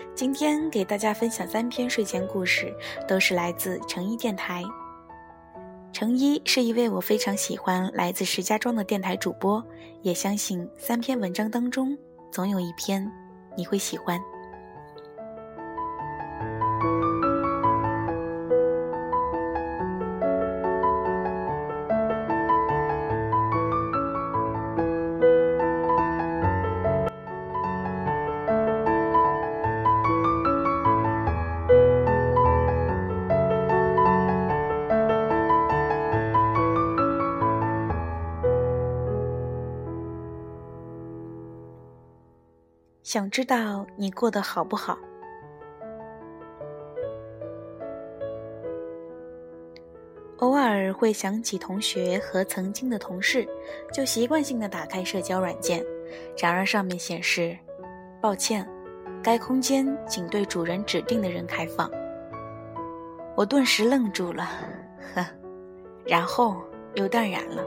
今天给大家分享3篇睡前故事，都是来自程一电台。程一是一位我非常喜欢来自石家庄的电台主播，也相信3篇文章当中总有一篇你会喜欢。想知道你过得好不好？偶尔会想起同学和曾经的同事，就习惯性地打开社交软件，然而上面显示抱歉，该空间仅对主人指定的人开放。我顿时愣住了，然后又淡然了。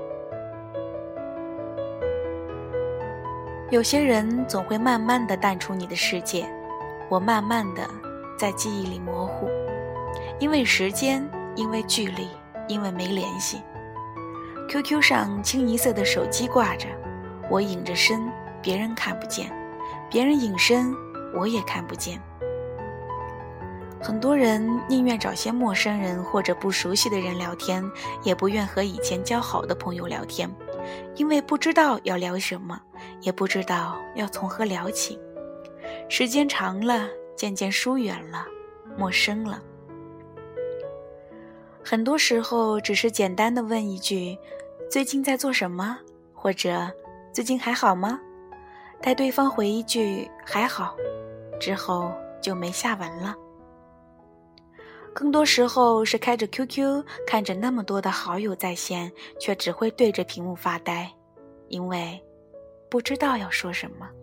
有些人总会慢慢地淡出你的世界，我慢慢地在记忆里模糊，因为时间，因为距离，因为没联系。QQ 上清一色的手机挂着，我隐着身，别人看不见；别人隐身，我也看不见。很多人宁愿找些陌生人或者不熟悉的人聊天，也不愿和以前交好的朋友聊天，因为不知道要聊什么，也不知道要从何聊起。时间长了，渐渐疏远了，陌生了。很多时候只是简单的问一句最近在做什么，或者最近还好吗，待对方回一句还好之后就没下文了。更多时候是开着 QQ， 看着那么多的好友在线，却只会对着屏幕发呆，因为不知道要说什么。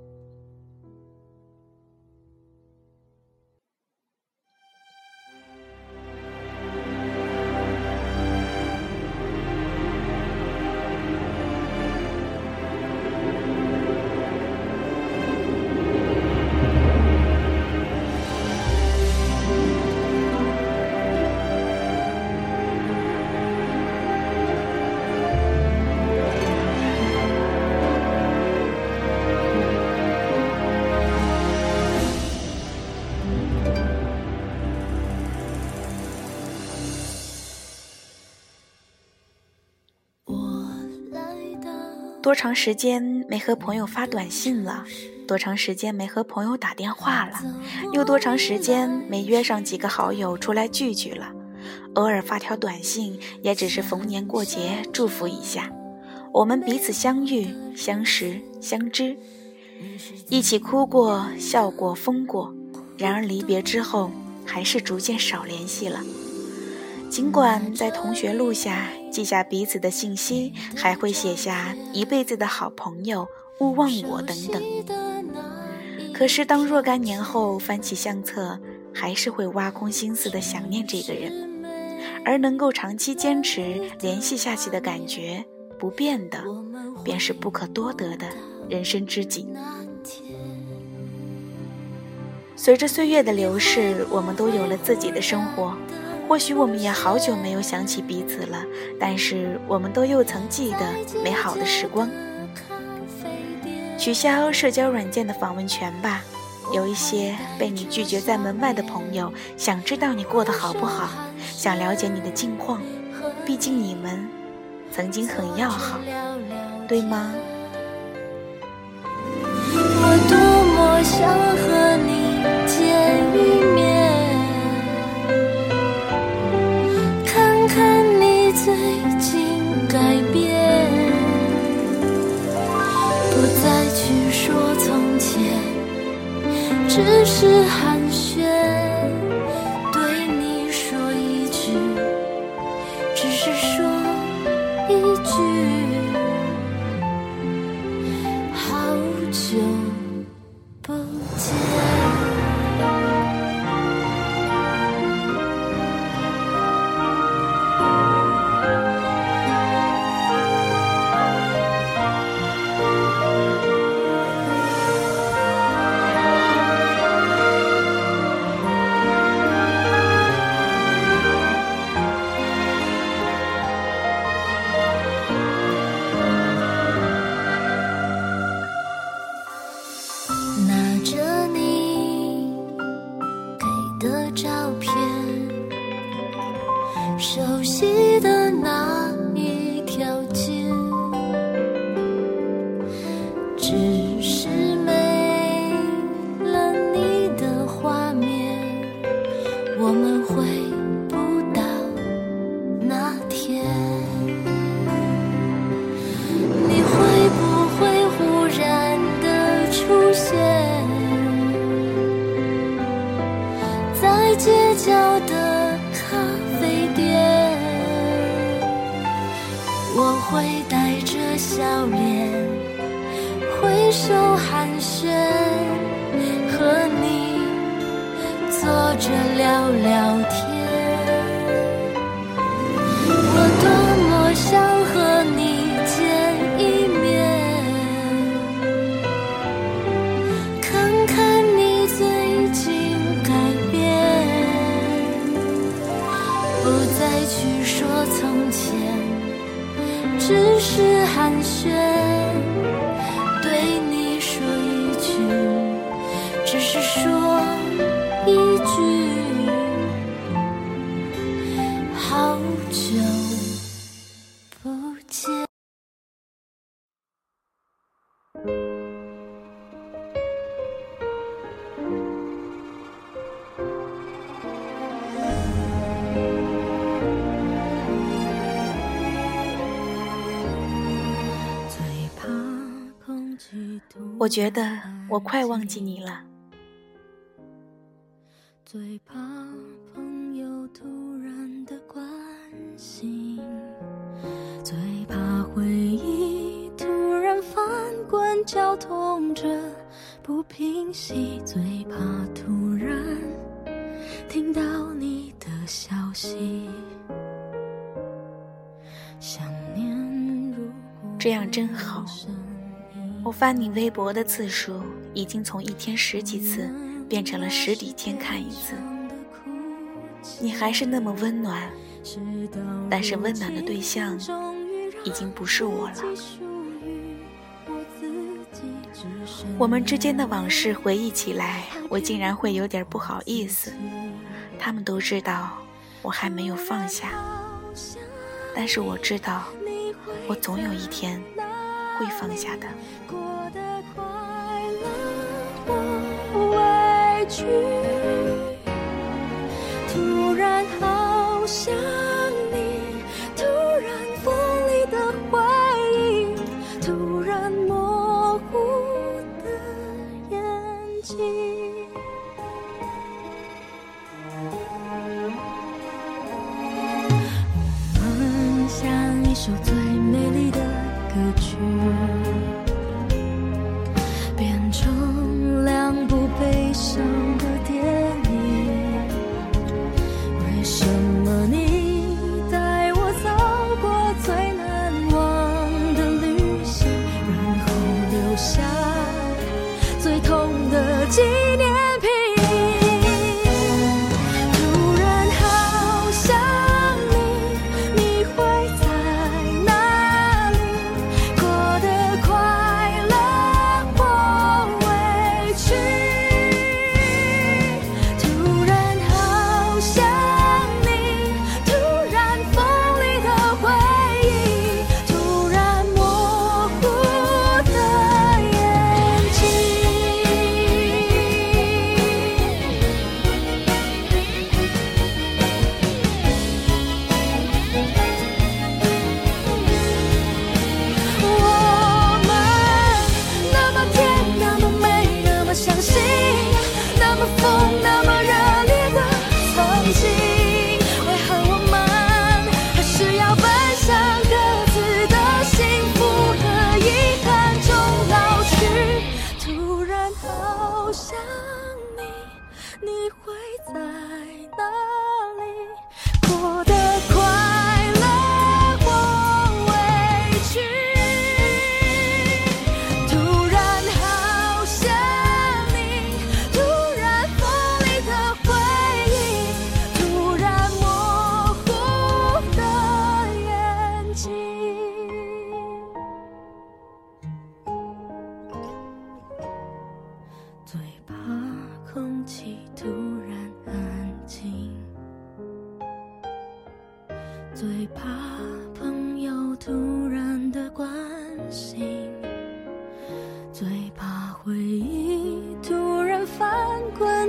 多长时间没和朋友发短信了，多长时间没和朋友打电话了，又多长时间没约上几个好友出来聚聚了。偶尔发条短信，也只是逢年过节祝福一下，我们彼此相遇、相识、相知，一起哭过、笑过、疯过，然而离别之后还是逐渐少联系了。尽管在同学录下记下彼此的信息，还会写下一辈子的好朋友、勿忘我等等，可是当若干年后翻起相册，还是会挖空心思的想念这个人，而能够长期坚持联系下去的感觉不变的，便是不可多得的人生知己。随着岁月的流逝，我们都有了自己的生活，或许我们也好久没有想起彼此了，但是我们都又曾记得美好的时光。取消社交软件的访问权吧，有一些被你拒绝在门外的朋友，想知道你过得好不好，想了解你的近况，毕竟你们曾经很要好，对吗？ 我多么想和你见一面，看看你最近改变，不再去说从前，只是寒暄，对你说一句，只是说一句，好久不见。 的照片，熟悉的那一条街，只是没了你的画面，我们回不到那天。你会不会忽然的出现在街角的咖啡店？我会带着笑脸挥手寒暄，和你坐着聊聊天。我多么想和你见一面，看看你最近改变，不再去说从前，只是寒暄，对你说一句，只是说一句，好久不见。 我觉得我快忘记你了。 最怕朋友突然的关心，最怕回忆突然翻滚绞痛着不平息，最怕突然听到你的消息，想念如果这样真好。我翻你微博的次数已经从1天10几次变成了10几天看一次。你还是那么温暖，但是温暖的对象已经不是我了。我们之间的往事回忆起来，我竟然会有点不好意思。他们都知道我还没有放下，但是我知道我总有一天会放下的。 过得快乐或委屈，突然好想你，突然锋利的回忆，突然模糊的眼睛。我们像一首最美丽的歌曲，变成2部悲伤的电影。为什么你带我走过最难忘的旅行，然后留下最痛的纪念品？突然好想你，你会在哪里？过得快乐或委屈？突然好想你，突然锋利的回忆，突然模糊的眼睛。我们那么甜，那么美，那么相信，那么疯，那么热烈的曾经，为何我们还是要奔向各自的幸福和遗憾中老去？突然好想你，你会在哪里？过得快乐或委屈？突然好想你，突然锋利的回忆，突然模糊的眼睛。最怕空气突然安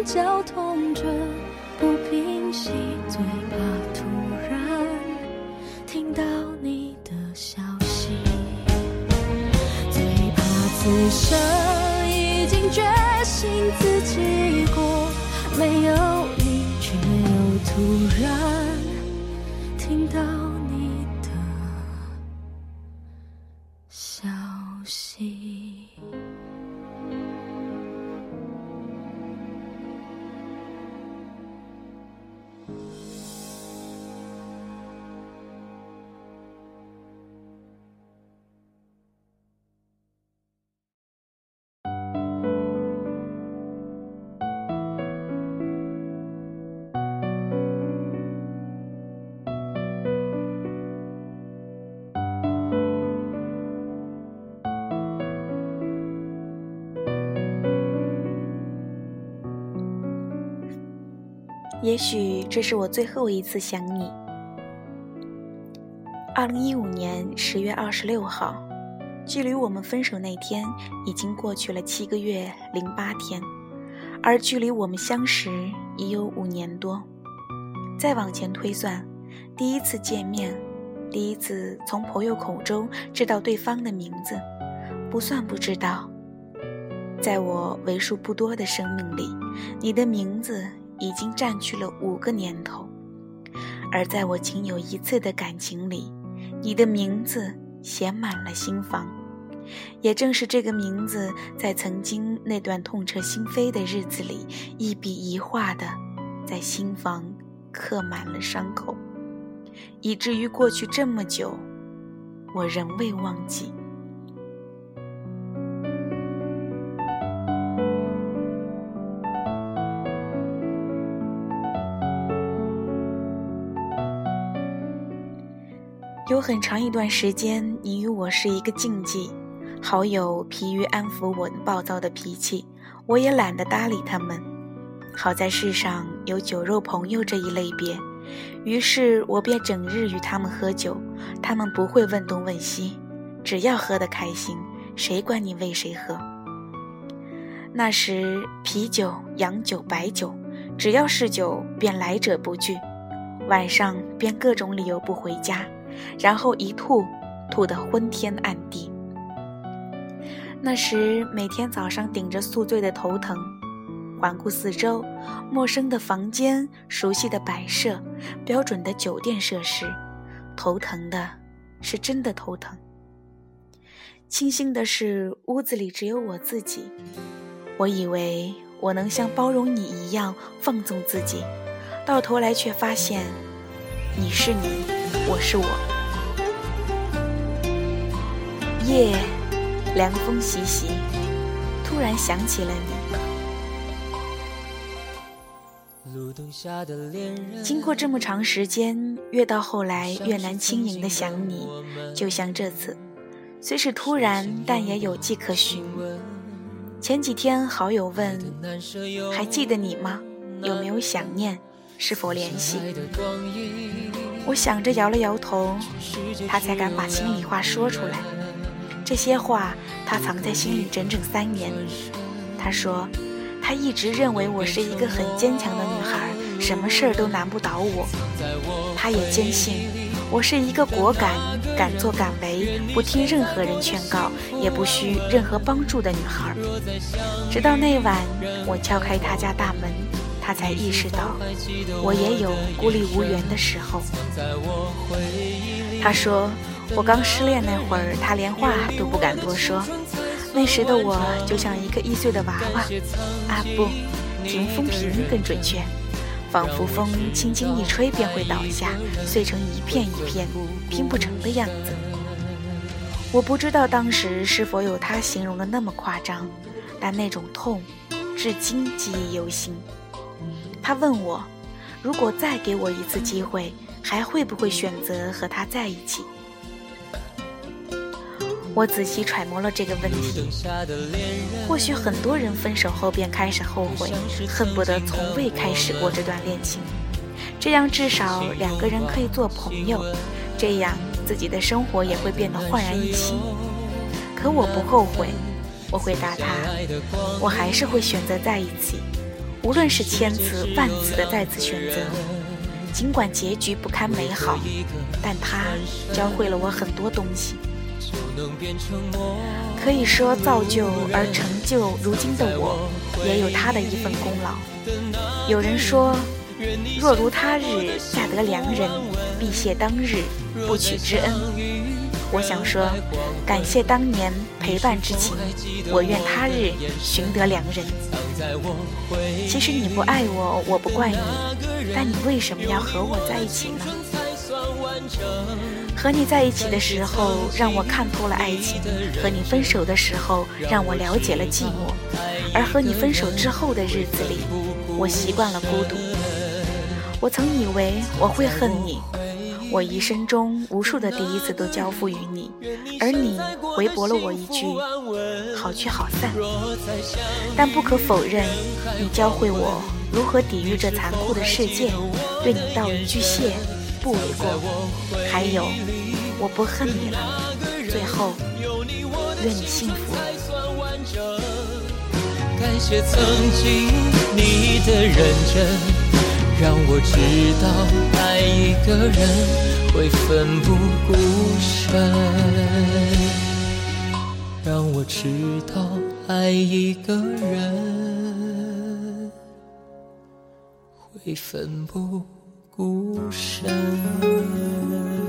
眼绞痛着不平息，最怕突然听到你的消息，最怕此生已经决心自己过，没有你却又突然听到你的消息。 也许这是我最后一次想你。2015年10月26号，距离我们分手那天已经过去了7个月08天，而距离我们相识已有5年多。再往前推算，第一次见面，第一次从朋友口中知道对方的名字，不算不知道。在我为数不多的生命里，你的名字已经占据了5个年头，而在我仅有1次的感情里，你的名字写满了心房。也正是这个名字，在曾经那段痛彻心扉的日子里，一笔一画的在心房刻满了伤口，以至于过去这么久，我仍未忘记。有很长一段时间，你与我是一个禁忌，好友疲于安抚我暴躁的脾气，我也懒得搭理他们。好在世上有酒肉朋友这一类别，于是我便整日与他们喝酒，他们不会问东问西，只要喝得开心，谁管你喂谁喝。那时啤酒、洋酒、白酒，只要是酒便来者不拒，晚上便各种理由不回家，然后一吐得昏天暗地。那时每天早上顶着宿醉的头疼，环顾四周，陌生的房间，熟悉的摆设，标准的酒店设施，头疼的是真的头疼。庆幸的是，屋子里只有我自己。我以为我能像包容你一样放纵自己，到头来却发现，你是你，我是我。夜，凉风习习，突然想起了你。经过这么长时间，越到后来越难轻盈的想你，就像这次，虽是突然，但也有迹可循。前几天好友问，还记得你吗？有没有想念？是否联系？我想着摇了摇头，他才敢把心里话说出来。这些话他藏在心里整整3年。他说他一直认为我是一个很坚强的女孩，什么事儿都难不倒我。他也坚信我是一个果敢、敢作敢为、不听任何人劝告，也不需任何帮助的女孩。直到那晚，我敲开他家大门，他才意识到我也有孤立无援的时候。他说我刚失恋那会儿，他连话都不敢多说。那时的我就像一个易碎的娃娃，啊不，屏风瓶更准确，仿佛风轻轻一吹便会倒下，碎成一片一片，拼不成的样子。我不知道当时是否有他形容的那么夸张，但那种痛至今记忆犹新。他问我，如果再给我一次机会，还会不会选择和他在一起？我仔细揣摩了这个问题，或许很多人分手后便开始后悔，恨不得从未开始过这段恋情，这样至少2个人可以做朋友，这样自己的生活也会变得焕然一新。可我不后悔，我回答他，我还是会选择在一起。 无论是千次万次的再次选择，尽管结局不堪美好，但它教会了我很多东西。可以说造就而成就如今的我，也有他的一份功劳。有人说，若如他日嫁得良人，必谢当日不娶之恩。我想说，感谢当年陪伴之情，我愿他日寻得良人。其实你不爱我，我不怪你，但你为什么要和我在一起呢？和你在一起的时候，让我看透了爱情；和你分手的时候，让我了解了寂寞；而和你分手之后的日子里，我习惯了孤独。我曾以为我会恨你，我一生中无数的第一次都交付于你，而你回驳了我一句好聚好散。但不可否认，你教会我如何抵御这残酷的世界，对你道一句谢不为过。还有，我不恨你了。最后，愿你幸福。 感谢曾经你的认真，让我知道爱一个人会奋不顾身，让我知道爱一个人会奋不顾身。